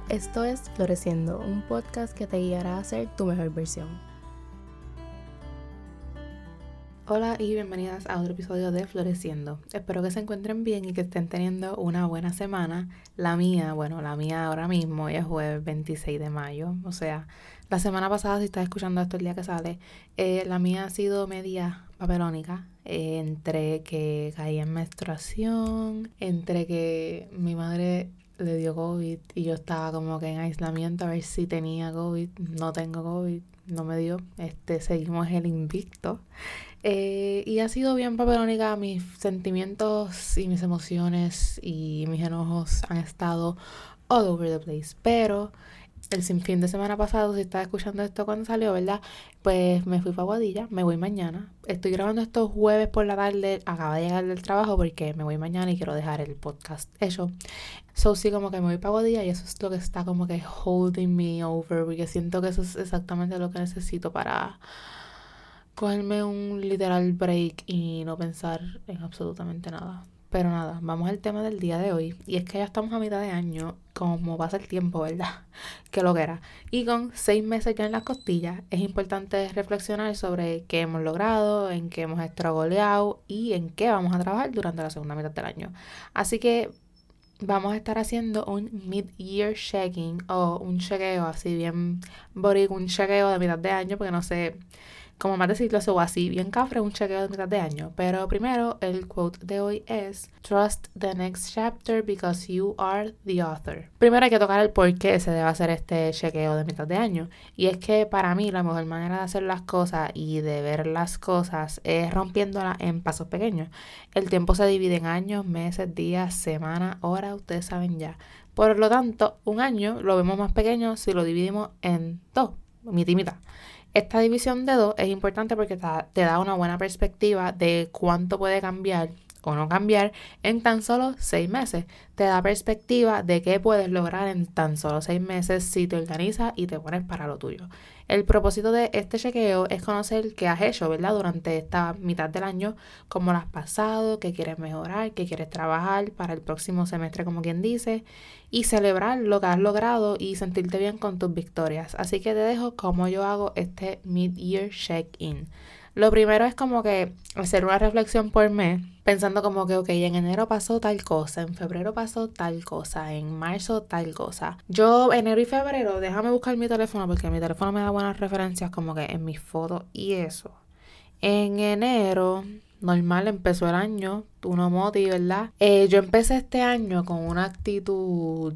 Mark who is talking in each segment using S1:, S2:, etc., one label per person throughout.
S1: Esto es Floreciendo, un podcast que te guiará a ser tu mejor versión. Hola y bienvenidas a otro episodio de Floreciendo. Espero que se encuentren bien y que estén teniendo una buena semana. La mía ahora mismo es jueves 26 de mayo. O sea, la semana pasada, si estás escuchando esto el día que sale, la mía ha sido media papelónica. Entre que caí en menstruación, entre que mi madre le dio COVID y yo estaba como que en aislamiento a ver si tenía COVID. No tengo COVID, no me dio. Seguimos el invicto. Y ha sido bien papelónica. Mis sentimientos y mis emociones y mis enojos han estado all over the place. Pero el fin de semana pasado, si estás escuchando esto cuando salió, ¿verdad? Pues me fui para Aguadilla, me voy mañana. Estoy grabando estos jueves por la tarde, acabo de llegar del trabajo porque me voy mañana y quiero dejar el podcast hecho. So sí, como que me voy para Aguadilla y eso es lo que está como que holding me over, porque siento que eso es exactamente lo que necesito para cogerme un literal break y no pensar en absolutamente nada. Pero nada, vamos al tema del día de hoy. Y es que ya estamos a mitad de año, como pasa el tiempo, ¿verdad? Que lo que era. Y con 6 meses ya en las costillas, es importante reflexionar sobre qué hemos logrado, en qué hemos estrogoleado y en qué vamos a trabajar durante la segunda mitad del año. Así que vamos a estar haciendo un mid-year checking o un chequeo así bien boricua, un chequeo de mitad de año, porque no sé cómo más decirlo, eso así bien cafre, un chequeo de mitad de año. Pero primero, el quote de hoy es: Trust the next chapter because you are the author. Primero hay que tocar el por qué se debe hacer este chequeo de mitad de año. Y es que para mí la mejor manera de hacer las cosas y de ver las cosas es rompiéndolas en pasos pequeños. El tiempo se divide en años, meses, días, semanas, horas, ustedes saben ya. Por lo tanto, un año lo vemos más pequeño si lo dividimos en dos, mitad y mitad. Esta división de 2 es importante porque te da una buena perspectiva de cuánto puede cambiar o no cambiar en tan solo 6 meses. Te da perspectiva de qué puedes lograr en tan solo 6 meses si te organizas y te pones para lo tuyo. El propósito de este chequeo es conocer qué has hecho, ¿verdad? Durante esta mitad del año, cómo lo has pasado, qué quieres mejorar, qué quieres trabajar para el próximo semestre, como quien dice, y celebrar lo que has logrado y sentirte bien con tus victorias. Así que te dejo cómo yo hago este mid-year check-in. Lo primero es como que hacer una reflexión por mes, pensando como que, ok, en enero pasó tal cosa, en febrero pasó tal cosa, en marzo tal cosa. Yo, enero y febrero, déjame buscar mi teléfono porque mi teléfono me da buenas referencias como que en mis fotos y eso. En enero, normal, empezó el año, uno moti, ¿verdad? Yo empecé este año con una actitud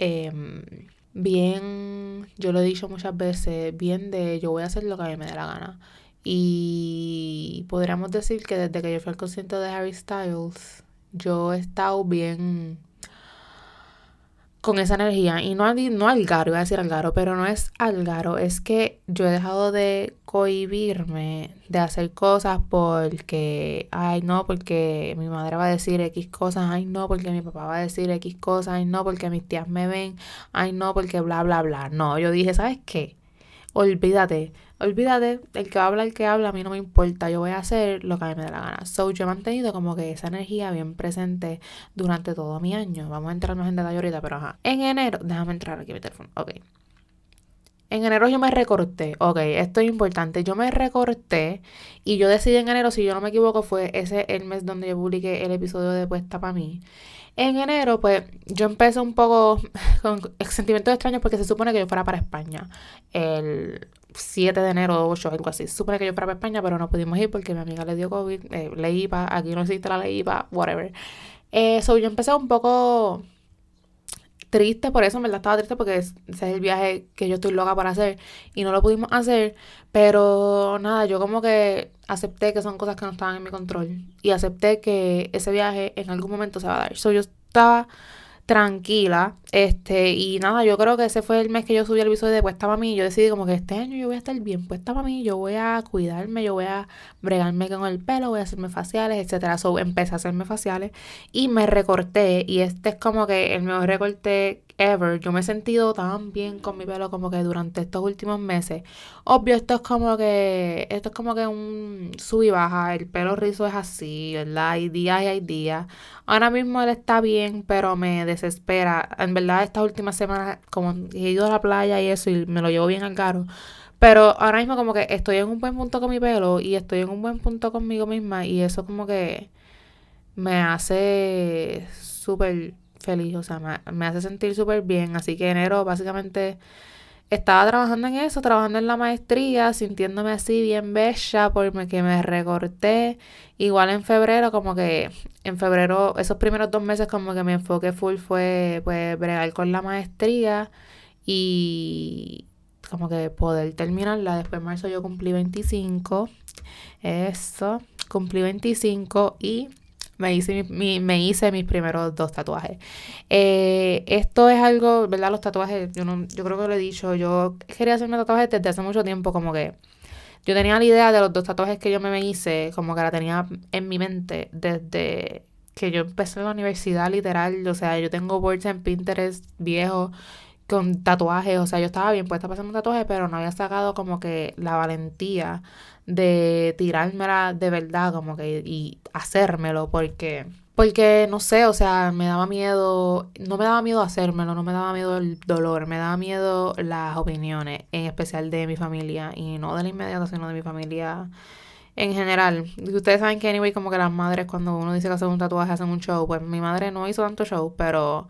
S1: bien, yo lo he dicho muchas veces, bien de yo voy a hacer lo que a mí me dé la gana. Y podríamos decir que desde que yo fui al concierto de Harry Styles, yo he estado bien con esa energía. Y no Algaro, iba a decir Algaro, pero no es Algaro. Es que yo he dejado de cohibirme de hacer cosas porque, ay no, porque mi madre va a decir X cosas, ay no, porque mi papá va a decir X cosas, ay no, porque mis tías me ven, ay no, porque bla, bla, bla. No, yo dije, ¿sabes qué? Olvídate, el que habla, a mí no me importa, yo voy a hacer lo que a mí me dé la gana. So, yo he mantenido como que esa energía bien presente durante todo mi año. Vamos a entrar más en detalle ahorita, pero ajá. En enero, déjame entrar aquí a mi teléfono, ok. En enero yo me recorté, ok, esto es importante, yo me recorté y yo decidí en enero, si yo no me equivoco, fue ese el mes donde yo publiqué el episodio de Puesta para mí. En enero, pues, yo empecé un poco con sentimientos extraños porque se supone que yo fuera para España el 7 de enero, 8, algo así. Se supone que yo fuera para España, pero no pudimos ir porque mi amiga le dio COVID, ley IPA, aquí no existe la ley IPA, whatever. So, yo empecé un poco triste por eso, en verdad estaba triste porque ese es el viaje que yo estoy loca para hacer y no lo pudimos hacer, pero nada, yo como que acepté que son cosas que no estaban en mi control y acepté que ese viaje en algún momento se va a dar. So, yo estaba tranquila, y nada, yo creo que ese fue el mes que yo subí el episodio de Puesta para mí. Yo decidí como que este año yo voy a estar bien puesta para mí, yo voy a cuidarme, yo voy a bregarme con el pelo, voy a hacerme faciales, etcétera. So, empecé a hacerme faciales y me recorté, y este es como que el mejor recorte ever. Yo me he sentido tan bien con mi pelo como que durante estos últimos meses. Obvio, esto es como que un sub y baja. El pelo rizo es así, ¿verdad? Hay días y hay días. Ahora mismo él está bien, pero me desespera. En verdad, estas últimas semanas, como he ido a la playa y eso, y me lo llevo bien al caro. Pero ahora mismo como que estoy en un buen punto con mi pelo y estoy en un buen punto conmigo misma y eso como que me hace súper feliz, o sea, me hace sentir súper bien. Así que enero básicamente estaba trabajando en eso, trabajando en la maestría, sintiéndome así bien bella porque me recorté. Igual en febrero, como que en febrero, esos primeros 2 meses como que mi enfoque full fue pues bregar con la maestría y como que poder terminarla. Después en marzo yo cumplí 25, eso, cumplí 25 y me hice mis primeros 2 tatuajes. Esto es algo, ¿verdad? Los tatuajes, yo creo que lo he dicho, yo quería hacerme tatuajes desde hace mucho tiempo, como que yo tenía la idea de los 2 tatuajes que yo me hice, como que la tenía en mi mente desde que yo empecé en la universidad, literal. O sea, yo tengo boards en Pinterest viejos con tatuajes, o sea, yo estaba bien puesta para hacerme un tatuaje, pero no había sacado como que la valentía de tirármela de verdad, como que, y hacérmelo, porque no sé, o sea, me daba miedo, no me daba miedo hacérmelo, no me daba miedo el dolor, me daba miedo las opiniones, en especial de mi familia, y no de la inmediata, sino de mi familia en general. Y ustedes saben que, anyway, como que las madres, cuando uno dice que hace un tatuaje, hacen un show. Pues mi madre no hizo tanto show, pero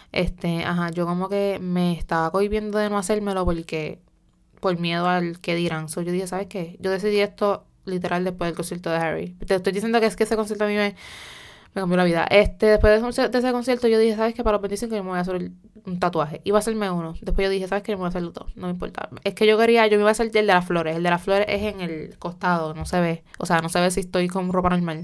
S1: yo como que me estaba cohibiendo de no hacérmelo porque por miedo al que dirán. So yo dije, ¿sabes qué? Yo decidí esto literal después del concierto de Harry. Te estoy diciendo que es que ese concierto a mí me cambió la vida. Después de ese concierto yo dije, ¿sabes qué? Para los 25 yo me voy a hacer un tatuaje. Iba a hacerme uno. Después yo dije, ¿sabes qué? Yo me voy a hacer los dos. No me importa. Es que yo me iba a hacer el de las flores. El de las flores es en el costado, no se ve. O sea, no se ve si estoy con ropa normal.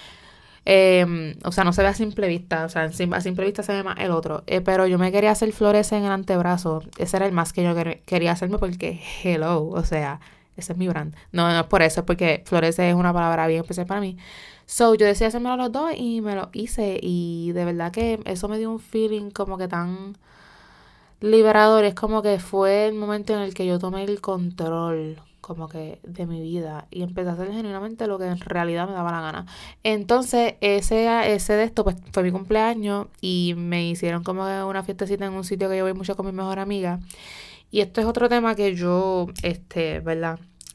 S1: O sea, no se ve a simple vista. O sea, a simple vista se ve más el otro. Pero yo me quería hacer flores en el antebrazo. Ese era el más que yo quería hacerme porque, hello, o sea, ese es mi brand. No, no es por eso, es porque flores es una palabra bien especial para mí. So, yo decidí hacérmelo los dos y me lo hice. Y de verdad que eso me dio un feeling como que tan liberador. Es como que fue el momento en el que yo tomé el control como que de mi vida y empecé a hacer genuinamente lo que en realidad me daba la gana. Entonces, ese de esto pues fue mi cumpleaños y me hicieron como que una fiestecita en un sitio que yo voy mucho con mi mejor amiga. Y esto es otro tema que yo, ¿verdad?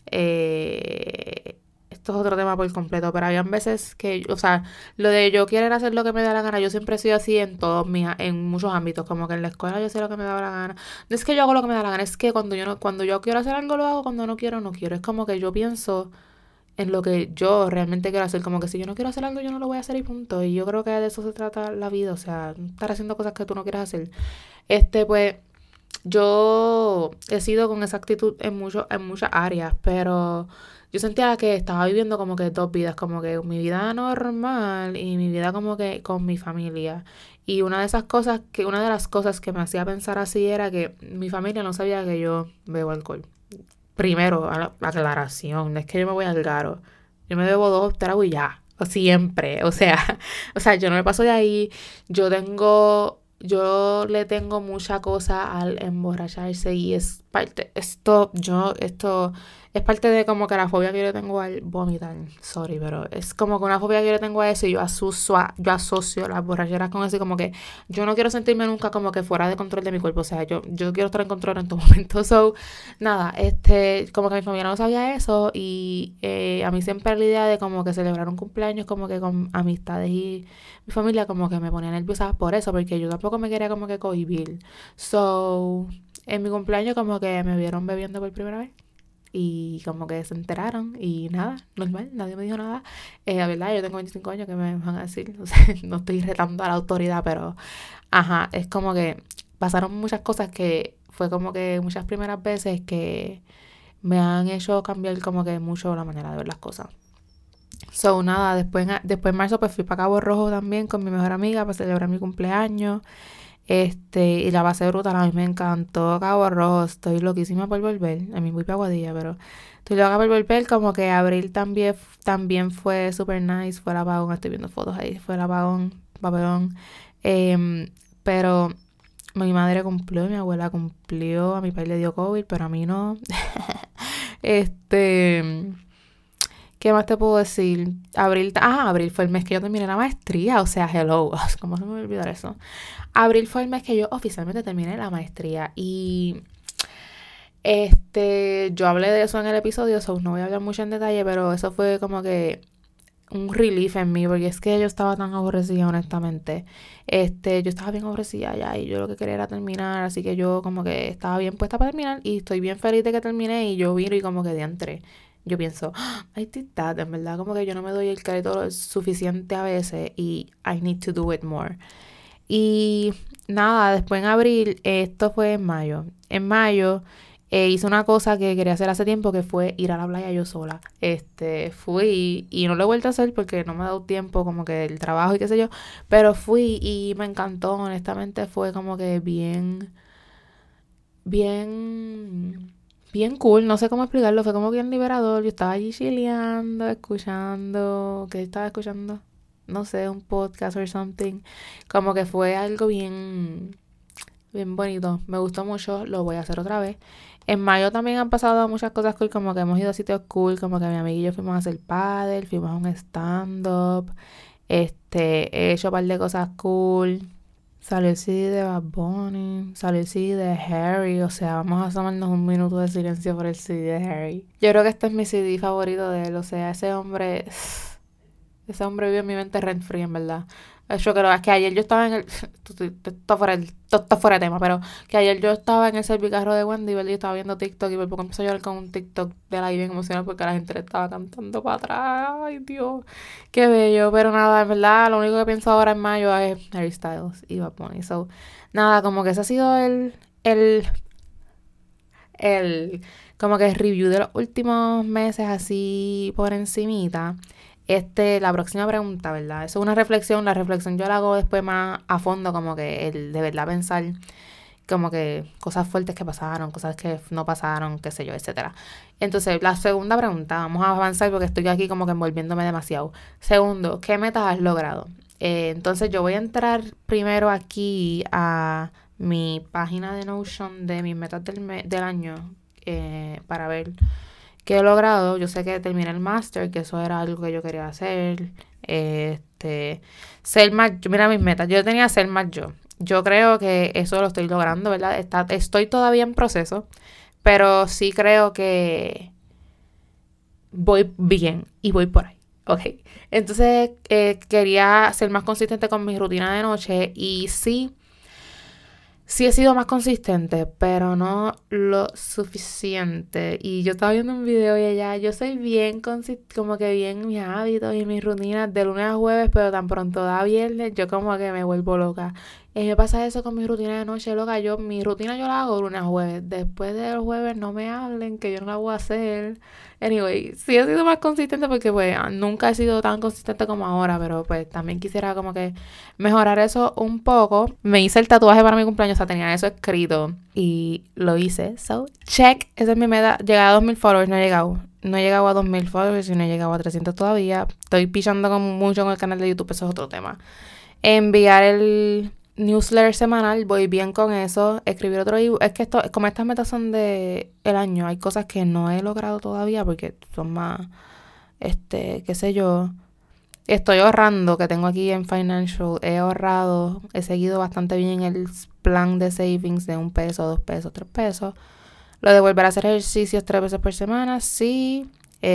S1: Esto es otro tema por completo, pero habían veces que, o sea, lo de yo querer hacer lo que me da la gana, yo siempre he sido así en en muchos ámbitos, como que en la escuela yo sé lo que me da la gana. No es que yo hago lo que me da la gana, es que cuando yo no, cuando yo quiero hacer algo lo hago, cuando no quiero, no quiero. Es como que yo pienso en lo que yo realmente quiero hacer, como que si yo no quiero hacer algo, yo no lo voy a hacer y punto. Y yo creo que de eso se trata la vida, o sea, no estar haciendo cosas que tú no quieres hacer. Pues yo he sido con esa actitud en muchas áreas, pero yo sentía que estaba viviendo como que dos vidas, como que mi vida normal y mi vida como que con mi familia. Y una de las cosas que me hacía pensar así era que mi familia no sabía que yo bebo alcohol. Primero, aclaración, no es que yo me voy al garo. Yo me bebo 2 tragos y ya, o siempre, o sea, o sea, yo no me paso de ahí. Yo le tengo mucha cosa al emborracharse y esto es parte de como que la fobia que yo tengo al vomitar. Sorry, pero es como que una fobia que yo tengo a eso y yo asocio las borracheras con eso y como que yo no quiero sentirme nunca como que fuera de control de mi cuerpo. O sea, yo quiero estar en control en todo momento. So, nada, como que mi familia no sabía eso y a mí siempre la idea de como que celebrar un cumpleaños como que con amistades y mi familia como que me ponía nerviosa por eso, porque yo tampoco me quería como que cohibir. So, en mi cumpleaños como que me vieron bebiendo por primera vez y como que se enteraron y nada, normal, nadie me dijo nada. La verdad, yo tengo 25 años, que me van a decir? O sea, no estoy retando a la autoridad, pero ajá, es como que pasaron muchas cosas que fue como que muchas primeras veces que me han hecho cambiar como que mucho la manera de ver las cosas. So, nada, después en marzo pues fui para Cabo Rojo también con mi mejor amiga para celebrar mi cumpleaños. Y la pasé brutal, a mí me encantó Cabo Rojo, estoy loquísima por volver. A mí voy para Aguadilla, pero estoy loca por volver. Como que abril también fue super nice, fue el apagón, estoy viendo fotos ahí, fue el apagón, papelón. Pero Mi madre cumplió, mi abuela cumplió, a mi país le dio COVID, pero a mí no. Este, ¿qué más te puedo decir? Abril fue el mes que yo terminé la maestría, o sea, hello, ¿cómo se me va a olvidar eso? Abril fue el mes que yo oficialmente terminé la maestría y yo hablé de eso en el episodio, so no voy a hablar mucho en detalle, pero eso fue como que un relief en mí, porque es que yo estaba tan aborrecida, honestamente. Yo estaba bien aborrecida ya y yo lo que quería era terminar, así que yo como que estaba bien puesta para terminar y estoy bien feliz de que terminé y yo vino y como que diantre. Yo pienso, I did that, en verdad, como que yo no me doy el crédito suficiente a veces y I need to do it more. Y nada, después en abril, esto fue en mayo. En mayo hice una cosa que quería hacer hace tiempo, que fue ir a la playa yo sola. Fui y no lo he vuelto a hacer porque no me ha dado tiempo, como que el trabajo y qué sé yo. Pero fui y me encantó, honestamente fue como que bien cool. No sé cómo explicarlo, fue como bien liberador. Yo estaba allí chileando, escuchando, ¿qué estaba escuchando? No sé, un podcast or something. Como que fue algo bien bonito. Me gustó mucho, lo voy a hacer otra vez. En mayo también han pasado muchas cosas cool, como que hemos ido a sitios cool, como que mi amiga y yo fuimos a hacer pádel, fuimos a un stand-up, he hecho un par de cosas cool. Salió el CD de Bad Bunny, salió el CD de Harry, o sea, vamos a tomarnos un minuto de silencio por el CD de Harry. Yo creo que este es mi CD favorito de él, o sea, ese hombre vive en mi mente rent free, en verdad. Yo creo, es que ayer yo estaba en el... Esto está fuera de tema, pero que ayer yo estaba en el servicarro de Wendy, ¿verdad? Y estaba viendo TikTok y por poco empecé a llorar con un TikTok de la bien emocional porque la gente le estaba cantando para atrás. Ay, Dios, qué bello. Pero nada, en verdad, lo único que pienso ahora en mayo es Harry Styles y Bad Bunny. So, nada, como que ese ha sido el como que el review de los últimos meses así por encimita. La próxima pregunta, ¿verdad? Eso es una reflexión. La reflexión yo la hago después más a fondo, como que el de verdad pensar, como que cosas fuertes que pasaron, cosas que no pasaron, qué sé yo, etcétera. Entonces, la segunda pregunta, vamos a avanzar porque estoy aquí como que envolviéndome demasiado. Segundo, ¿qué metas has logrado? Entonces, yo voy a entrar primero aquí a mi página de Notion de mis metas del año para ver qué he logrado. Yo sé que terminé el máster, que eso era algo que yo quería hacer. Ser más, mira mis metas. Yo tenía ser más yo. Yo creo que eso lo estoy logrando, ¿verdad? Estoy todavía en proceso, pero sí creo que voy bien y voy por ahí. Ok. Entonces, quería ser más consistente con mi rutina de noche y sí he sido más consistente, pero no lo suficiente. Y yo estaba viendo un video y yo soy bien como que bien mis hábitos y mis rutinas de lunes a jueves, pero tan pronto da viernes, yo como que me vuelvo loca. Y me pasa eso con mi rutina de noche, loca. Mi rutina yo la hago lunes a jueves. Después del jueves no me hablen, que yo no la voy a hacer. Anyway, sí he sido más consistente porque pues nunca he sido tan consistente como ahora, pero pues también quisiera como que mejorar eso un poco. Me hice el tatuaje para mi cumpleaños, o sea, tenía eso escrito y lo hice. So, check, esa es mi meta. Llegar a 2000 followers, no he llegado. No he llegado a 2000 followers y no he llegado a 300 todavía. Estoy pichando mucho con el canal de YouTube, eso es otro tema. Enviar el newsletter semanal, voy bien con eso. Escribir otro ebook. Es que como estas metas son de el año, hay cosas que no he logrado todavía porque son más, qué sé yo. Estoy ahorrando, que tengo aquí en Financial, he ahorrado, he seguido bastante bien el plan de savings de 1 peso, 2 pesos, 3 pesos. Lo de volver a hacer ejercicios 3 veces por semana, sí.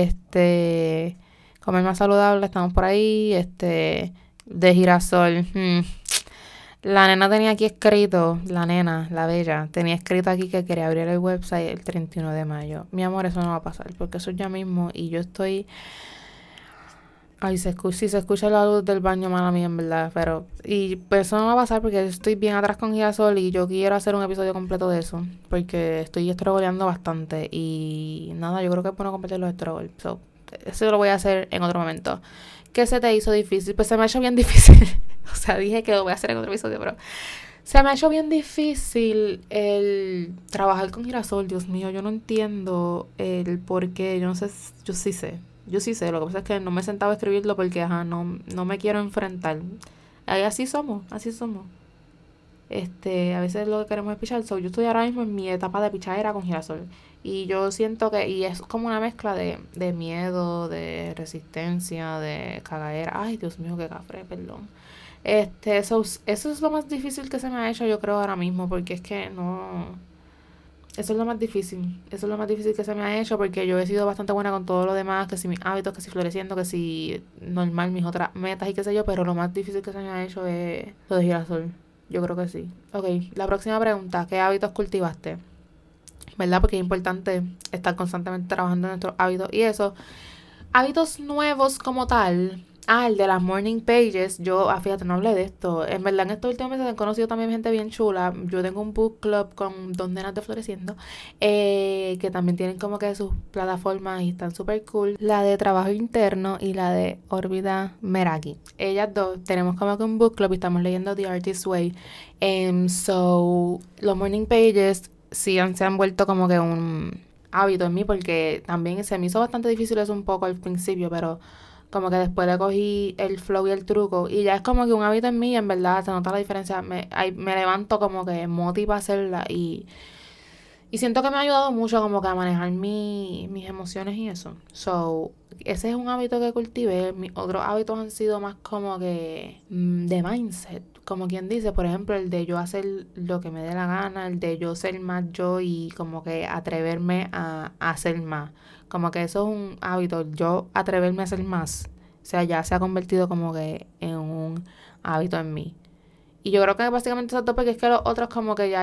S1: Comer más saludable, estamos por ahí. De girasol. La nena tenía aquí escrito, la nena, la bella, tenía escrito aquí que quería abrir el website el 31 de mayo. Mi amor, eso no va a pasar, porque eso es ya mismo y yo estoy... Ay, si se escucha la luz del baño, mala mía, en verdad, pero... Y pues eso no va a pasar porque estoy bien atrás con girasol y yo quiero hacer un episodio completo de eso, porque estoy estrogoleando bastante y nada, yo creo que es bueno compartir los estrogoles. So, eso lo voy a hacer en otro momento. ¿Qué se te hizo difícil? Pues se me ha hecho bien difícil. O sea, dije que lo voy a hacer en otro episodio, pero... Se me ha hecho bien difícil el trabajar con girasol, Dios mío. Yo no entiendo el por qué. Yo no sé, yo sí sé. Yo sí sé. Lo que pasa es que no me he sentado a escribirlo porque, no me quiero enfrentar. Así somos, así somos. A veces lo que queremos es pichar. So, yo estoy ahora mismo en mi etapa de pichadera con girasol. Y yo siento que, y es como una mezcla de miedo, de resistencia, de cagadera. Ay, Dios mío, qué cafre, perdón. Eso es lo más difícil que se me ha hecho, yo creo, ahora mismo, porque es que no. Eso es lo más difícil. Eso es lo más difícil que se me ha hecho porque yo he sido bastante buena con todo lo demás, que si mis hábitos, que si floreciendo, que si normal, mis otras metas y qué sé yo, pero lo más difícil que se me ha hecho es lo de girasol. Yo creo que sí. Ok, la próxima pregunta, ¿qué hábitos cultivaste? ¿Verdad? Porque es importante estar constantemente trabajando en nuestros hábitos y eso. Hábitos nuevos como tal. El de las morning pages. Yo, fíjate, no hablé de esto. En verdad, en estos últimos meses he conocido también gente bien chula. Yo tengo un book club con dos nenas de Floreciendo. Que también tienen como que sus plataformas y están súper cool. La de trabajo interno y la de órbita Meraki. Ellas dos tenemos como que un book club y estamos leyendo The Artist's Way. So, los morning pages sí se han vuelto como que un hábito en mí porque también se me hizo bastante difícil eso un poco al principio, pero como que después le cogí el flow y el truco y ya es como que un hábito en mí, en verdad se nota la diferencia, me levanto como que motiva a hacerla y siento que me ha ayudado mucho como que a manejar mis emociones y eso. So, ese es un hábito que cultivé. Mis otros hábitos han sido más como que de mindset. Como quien dice, por ejemplo, el de yo hacer lo que me dé la gana, el de yo ser más yo y como que atreverme a hacer más. Como que eso es un hábito, yo atreverme a hacer más. O sea, ya se ha convertido como que en un hábito en mí. Y yo creo que básicamente eso porque es que los otros como que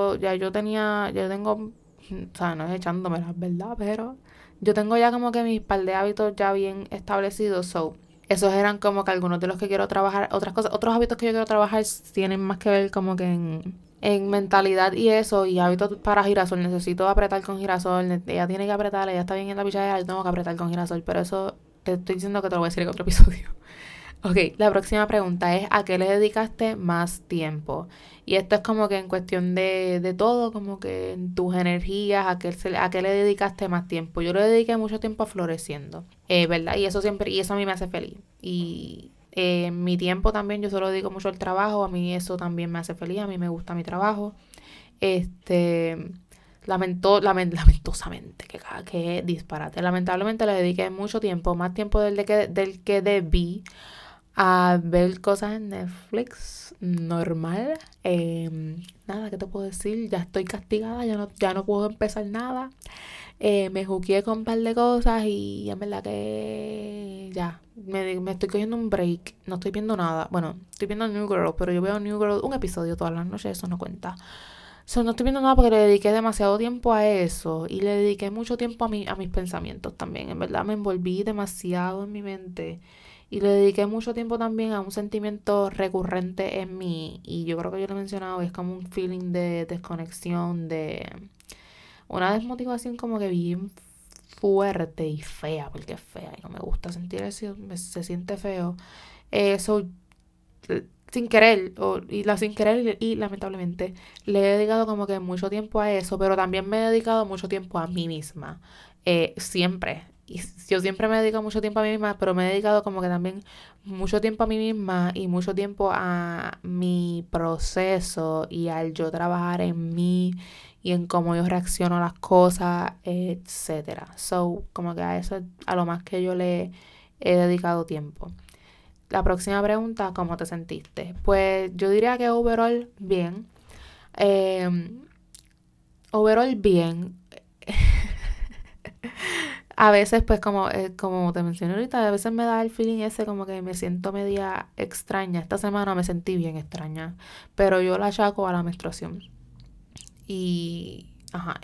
S1: yo tengo, o sea, no es echándome la verdad, pero yo tengo ya como que mis par de hábitos ya bien establecidos, so, esos eran como que algunos de los que quiero trabajar, otras cosas, otros hábitos que yo quiero trabajar tienen más que ver como que en mentalidad y eso, y hábitos para girasol, necesito apretar con girasol, ella tiene que apretar, ella está bien en la pichadera, yo tengo que apretar con girasol, pero eso te estoy diciendo que te lo voy a decir en otro episodio. Ok, la próxima pregunta es ¿a qué le dedicaste más tiempo? Y esto es como que en cuestión de todo, como que en tus energías, a qué le dedicaste más tiempo. Yo le dediqué mucho tiempo a floreciendo, ¿verdad? Y eso siempre, y eso a mí me hace feliz. Y mi tiempo también, yo se lo dedico mucho al trabajo, a mí eso también me hace feliz, a mí me gusta mi trabajo. Este, lamentosamente, que disparate. Lamentablemente le dediqué mucho tiempo, más tiempo del que debí a ver cosas en Netflix normal. Nada, ¿qué te puedo decir? Ya estoy castigada, ya no puedo empezar nada. Me juqueé con un par de cosas y en verdad que ya, me estoy cogiendo un break. No estoy viendo nada. Bueno, estoy viendo New Girl, pero yo veo New Girl un episodio todas las noches, eso no cuenta. No estoy viendo nada porque le dediqué demasiado tiempo a eso y le dediqué mucho tiempo a mis pensamientos también. En verdad me envolví demasiado en mi mente y le dediqué mucho tiempo también a un sentimiento recurrente en mí y yo creo que yo lo he mencionado, es como un feeling de desconexión, de una desmotivación como que bien fuerte y fea, porque es fea y no me gusta sentir eso, se siente feo. Eso sin querer, sin querer y lamentablemente le he dedicado como que mucho tiempo a eso, pero también me he dedicado mucho tiempo a mí misma, siempre. Y yo siempre me he dedicado mucho tiempo a mí misma, pero me he dedicado como que también mucho tiempo a mí misma y mucho tiempo a mi proceso y al yo trabajar en mí y en cómo yo reacciono a las cosas, etcétera. So, como que a eso es a lo más que yo le he dedicado tiempo. La próxima pregunta, ¿cómo te sentiste? Pues yo diría que overall bien. Eh, Overall bien. A veces, pues como te mencioné ahorita, a veces me da el feeling ese como que me siento media extraña. Esta semana me sentí bien extraña, pero yo la achaco a la menstruación. Y, ajá,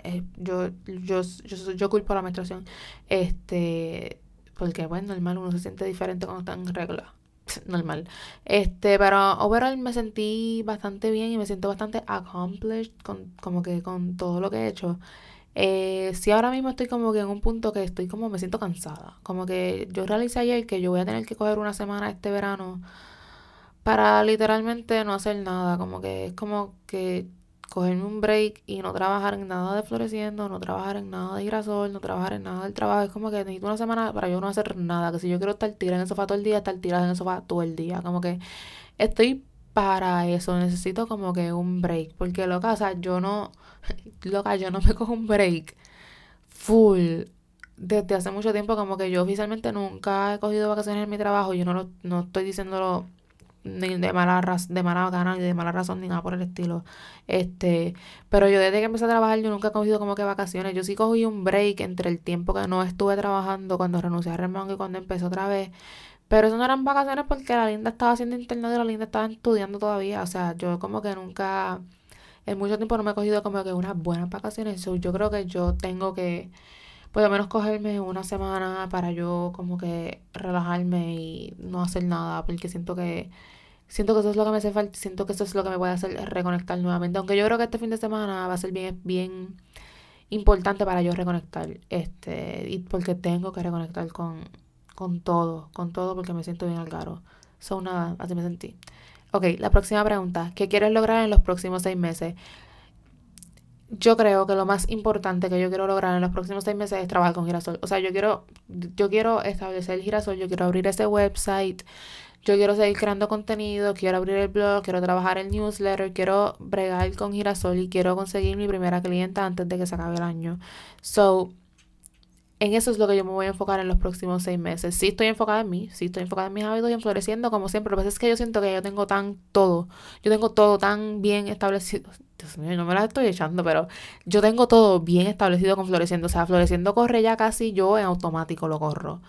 S1: yo culpo a la menstruación. Porque, bueno, normal, uno se siente diferente cuando está en regla. Normal. Pero overall me sentí bastante bien y me siento bastante accomplished como que con todo lo que he hecho. Sí, ahora mismo estoy como que en un punto que estoy como me siento cansada. Como que yo realicé ayer que yo voy a tener que coger una semana este verano para literalmente no hacer nada. Como que es como que cogerme un break y no trabajar en nada de floreciendo, no trabajar en nada de girasol, no trabajar en nada del trabajo. Es como que necesito una semana para yo no hacer nada. Que si yo quiero estar tirada en el sofá todo el día, estar tirada en el sofá todo el día. Como que estoy para eso. Necesito como que un break. Porque loca, o sea, yo no me cojo un break full desde hace mucho tiempo. Como que yo oficialmente nunca he cogido vacaciones en mi trabajo. Yo no estoy diciéndolo ni de mala gana, ni de mala razón, ni nada por el estilo. Pero yo desde que empecé a trabajar, yo nunca he cogido como que vacaciones. Yo sí cogí un break entre el tiempo que no estuve trabajando, cuando renuncié a Remón y cuando empecé otra vez. Pero eso no eran vacaciones porque la linda estaba haciendo internado y la linda estaba estudiando todavía. O sea, yo como que nunca, en mucho tiempo no me he cogido como que unas buenas vacaciones. So, yo creo que yo tengo que, por lo menos, cogerme una semana para yo como que relajarme y no hacer nada. Porque siento que eso es lo que me hace falta. Siento que eso es lo que me puede hacer reconectar nuevamente. Aunque yo creo que este fin de semana va a ser bien importante para yo reconectar. Y porque tengo que reconectar con todo, porque me siento bien al garo. So, nada, así me sentí. Ok, la próxima pregunta. ¿Qué quieres lograr en los próximos 6 meses? Yo creo que lo más importante que yo quiero lograr en los próximos 6 meses es trabajar con Girasol. O sea, yo quiero establecer el Girasol, yo quiero abrir ese website, yo quiero seguir creando contenido, quiero abrir el blog, quiero trabajar el newsletter, quiero bregar con Girasol y quiero conseguir mi primera clienta antes de que se acabe el año. So, en eso es lo que yo me voy a enfocar en los próximos 6 meses. Sí estoy enfocada en mí, sí estoy enfocada en mis hábitos y en floreciendo como siempre. Lo que pasa es que yo siento que yo tengo yo tengo todo tan bien establecido. Dios mío, no me la estoy echando, pero yo tengo todo bien establecido con floreciendo. O sea, floreciendo corre ya casi yo en automático lo corro.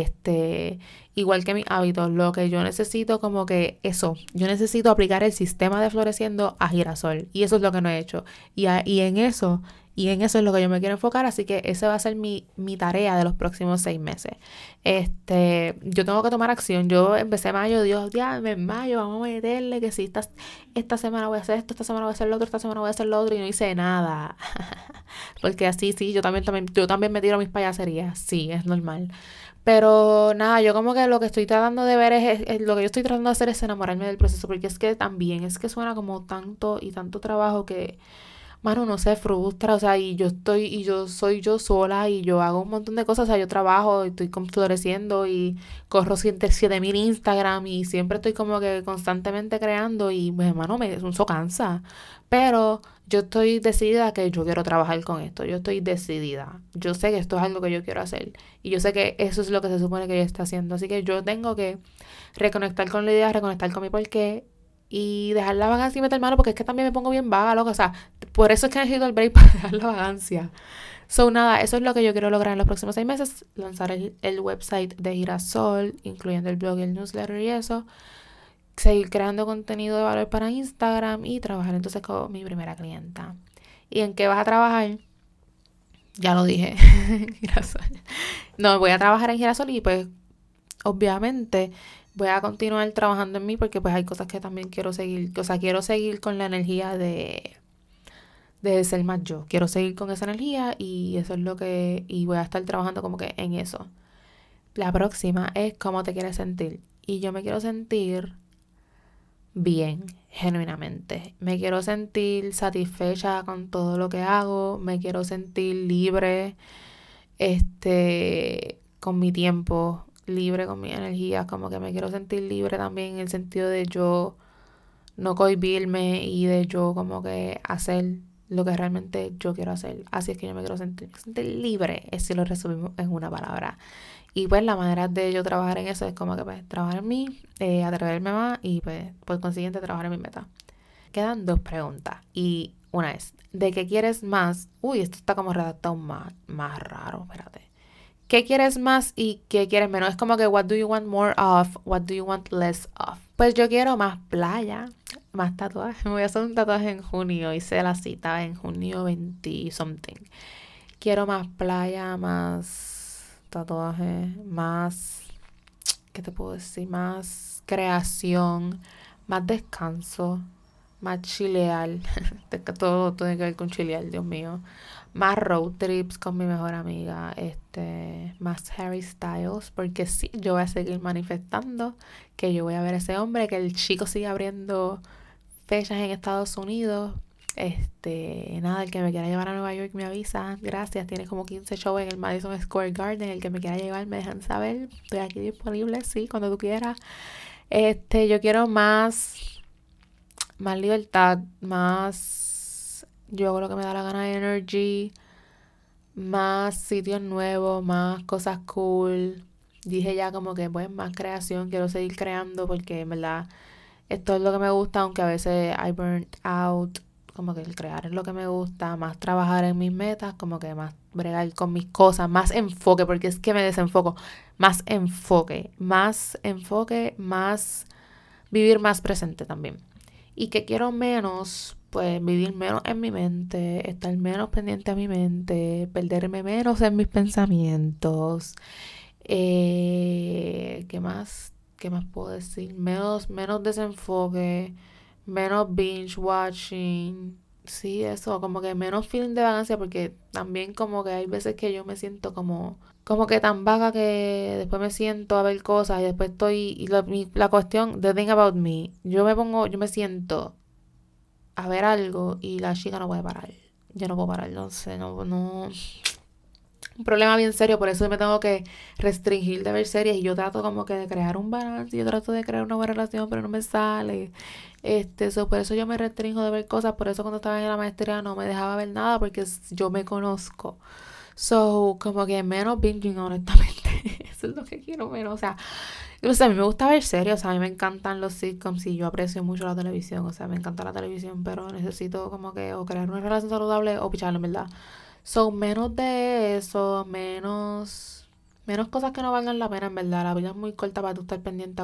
S1: Igual que mis hábitos, lo que yo necesito como que eso, yo necesito aplicar el sistema de floreciendo a Girasol. Y eso es lo que no he hecho. Y en eso... Y en eso es lo que yo me quiero enfocar, así que esa va a ser mi tarea de los próximos 6 meses. Yo tengo que tomar acción. Yo empecé mayo, Dios, ya, en mayo, vamos a meterle que si esta semana voy a hacer esto, esta semana voy a hacer lo otro, esta semana voy a hacer lo otro y no hice nada. Porque así, sí, yo también me tiro mis payaserías, sí, es normal. Pero nada, yo como que lo que estoy tratando de ver lo que yo estoy tratando de hacer es enamorarme del proceso, porque es que también, es que suena como tanto y tanto trabajo que mano, no se frustra, o sea, y yo soy yo sola y yo hago un montón de cosas, o sea, yo trabajo, estoy floreciendo y corro 7.000 Instagram y siempre estoy como que constantemente creando y, pues, hermano, eso cansa, pero yo estoy decidida que yo quiero trabajar con esto, yo estoy decidida, yo sé que esto es algo que yo quiero hacer y yo sé que eso es lo que se supone que yo estoy haciendo, así que yo tengo que reconectar con la idea, reconectar con mi porqué y dejar la vagancia y meter mano porque es que también me pongo bien vaga, loca. O sea, por eso es que necesito el break para dejar la vagancia. So, nada, eso es lo que yo quiero lograr en los próximos 6 meses. Lanzar el website de Girasol, incluyendo el blog y el newsletter y eso. Seguir creando contenido de valor para Instagram y trabajar entonces con mi primera clienta. ¿Y en qué vas a trabajar? Ya lo dije. Girasol. No, voy a trabajar en Girasol y pues obviamente voy a continuar trabajando en mí porque pues hay cosas que también quiero seguir, o sea, quiero seguir con la energía de ser más yo, quiero seguir con esa energía y eso es y voy a estar trabajando como que en eso. La próxima es cómo te quieres sentir y yo me quiero sentir bien, genuinamente, me quiero sentir satisfecha con todo lo que hago, me quiero sentir libre, con mi tiempo, libre con mi energía, como que me quiero sentir libre también en el sentido de yo no cohibirme y de yo como que hacer lo que realmente yo quiero hacer. Así es que yo me quiero sentir libre, es si lo resumimos en una palabra. Y pues la manera de yo trabajar en eso es como que pues trabajar en mí, atreverme más y pues por consiguiente trabajar en mi meta. Quedan 2 preguntas y una es, ¿de qué quieres más? Uy, esto está como redactado más raro, espérate. ¿Qué quieres más y qué quieres menos? Es como que what do you want more of, what do you want less of. Pues yo quiero más playa, más tatuajes. Me voy a hacer un tatuaje en junio, hice la cita en junio 20 something. Quiero más playa, más tatuaje, más, ¿qué te puedo decir? Más creación, más descanso, más chilear. Todo tiene que ver con chilear, Dios mío. Más road trips con mi mejor amiga, más Harry Styles, porque sí, yo voy a seguir manifestando que yo voy a ver a ese hombre, que el chico sigue abriendo fechas en Estados Unidos. Nada, el que me quiera llevar a Nueva York me avisa, gracias, tiene como 15 shows en el Madison Square Garden, el que me quiera llevar me dejan saber, estoy aquí disponible, sí, cuando tú quieras. Yo quiero más más libertad, más yo hago lo que me da la gana de energy, más sitios nuevos, más cosas cool. Dije ya como que pues más creación, quiero seguir creando porque en verdad esto es lo que me gusta, aunque a veces I burnt out, como que el crear es lo que me gusta, más trabajar en mis metas, como que más bregar con mis cosas, más enfoque, porque es que me desenfoco, más enfoque, más vivir más presente también. Y que quiero menos, pues vivir menos en mi mente, estar menos pendiente a mi mente, perderme menos en mis pensamientos. ¿Qué más? ¿Qué más puedo decir? Menos desenfoque, menos binge watching. Sí, eso, como que menos feeling de vagancia, porque también como que hay veces que yo me siento como que tan vaga que después me siento a ver cosas y después estoy, y la cuestión, the thing about me, yo me siento a ver algo y la chica no puede parar. Yo no puedo parar, no sé, no, un problema bien serio, por eso me tengo que restringir de ver series y yo trato como que de crear un balance, yo trato de crear una buena relación, pero no me sale. Por eso yo me restringo de ver cosas, por eso cuando estaba en la maestría no me dejaba ver nada porque yo me conozco. So, como que menos binging, honestamente. Eso es lo que quiero menos. O sea, a mí me gusta ver series, o sea, a mí me encantan los sitcoms y yo aprecio mucho la televisión, o sea, me encanta la televisión, pero necesito como que o crear una relación saludable o picharla, en verdad. Son menos de eso, menos cosas que no valgan la pena, en verdad. La vida es muy corta para tú estar pendiente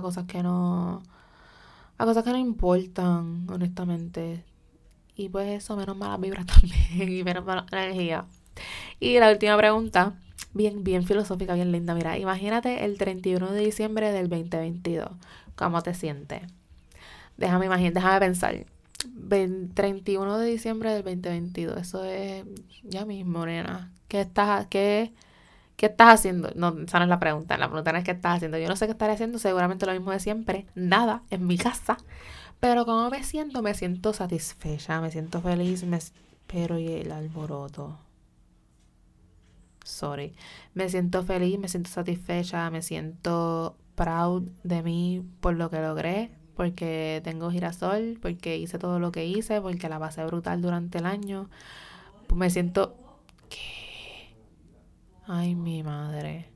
S1: a cosas que no importan, honestamente. Y pues eso, menos malas vibras también y menos mala energía. Y la última pregunta, bien filosófica, bien linda. Mira, imagínate el 31 de diciembre del 2022. ¿Cómo te sientes? Déjame pensar. 31 de diciembre del 2022. Eso es ya mismo, nena. ¿Qué estás haciendo? No, esa no es la pregunta. La pregunta no es qué estás haciendo. Yo no sé qué estaré haciendo. Seguramente lo mismo de siempre. Nada en mi casa. Pero como me siento, satisfecha. Me siento feliz. Pero y el alboroto. Sorry. Me siento feliz, me siento satisfecha, me siento proud de mí por lo que logré, porque tengo girasol, porque hice todo lo que hice, porque la pasé brutal durante el año. Me siento... ¿Qué? Ay, mi madre.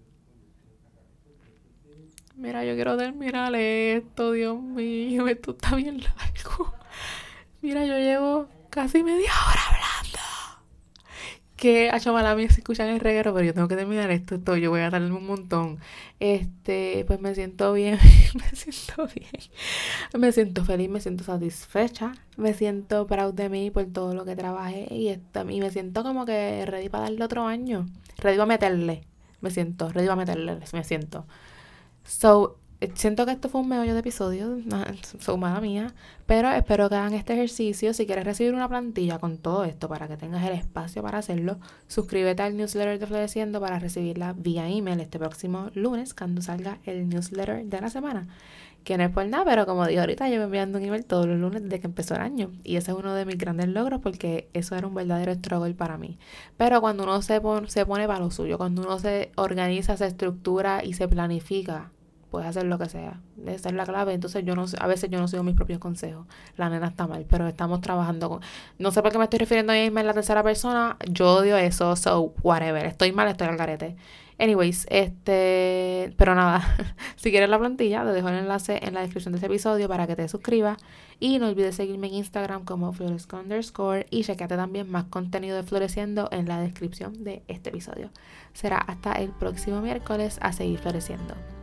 S1: Mira, yo quiero terminar esto, Dios mío, esto está bien largo. Mira, yo llevo casi media hora hablando. Que a mala mía se escuchan el reguero, pero yo tengo que terminar esto, yo voy a darle un montón. Pues me siento bien, me siento bien, me siento feliz, me siento satisfecha, me siento proud de mí por todo lo que trabajé y me siento como que ready para darle otro año, ready para meterle, me siento. So, siento que esto fue un meollo de episodio, mala mía, pero espero que hagan este ejercicio. Si quieres recibir una plantilla con todo esto para que tengas el espacio para hacerlo, suscríbete al newsletter de Floreciendo para recibirla vía email este próximo lunes cuando salga el newsletter de la semana. Que no es por nada, pero como dije ahorita, llevo enviando un email todos los lunes desde que empezó el año. Y ese es uno de mis grandes logros porque eso era un verdadero struggle para mí. Pero cuando uno se pone para lo suyo, cuando uno se organiza, se estructura y se planifica, puedes hacer lo que sea. Esa es la clave. Entonces a veces yo no sigo mis propios consejos. La nena está mal, pero estamos trabajando con... No sé por qué me estoy refiriendo a mí misma en la tercera persona. Yo odio eso, so whatever. Estoy mal, estoy al garete. Anyways, pero nada, si quieres la plantilla, te dejo el enlace en la descripción de este episodio para que te suscribas. Y no olvides seguirme en Instagram como Floresco_ y chequeate también más contenido de Floreciendo en la descripción de este episodio. Será hasta el próximo miércoles a seguir floreciendo.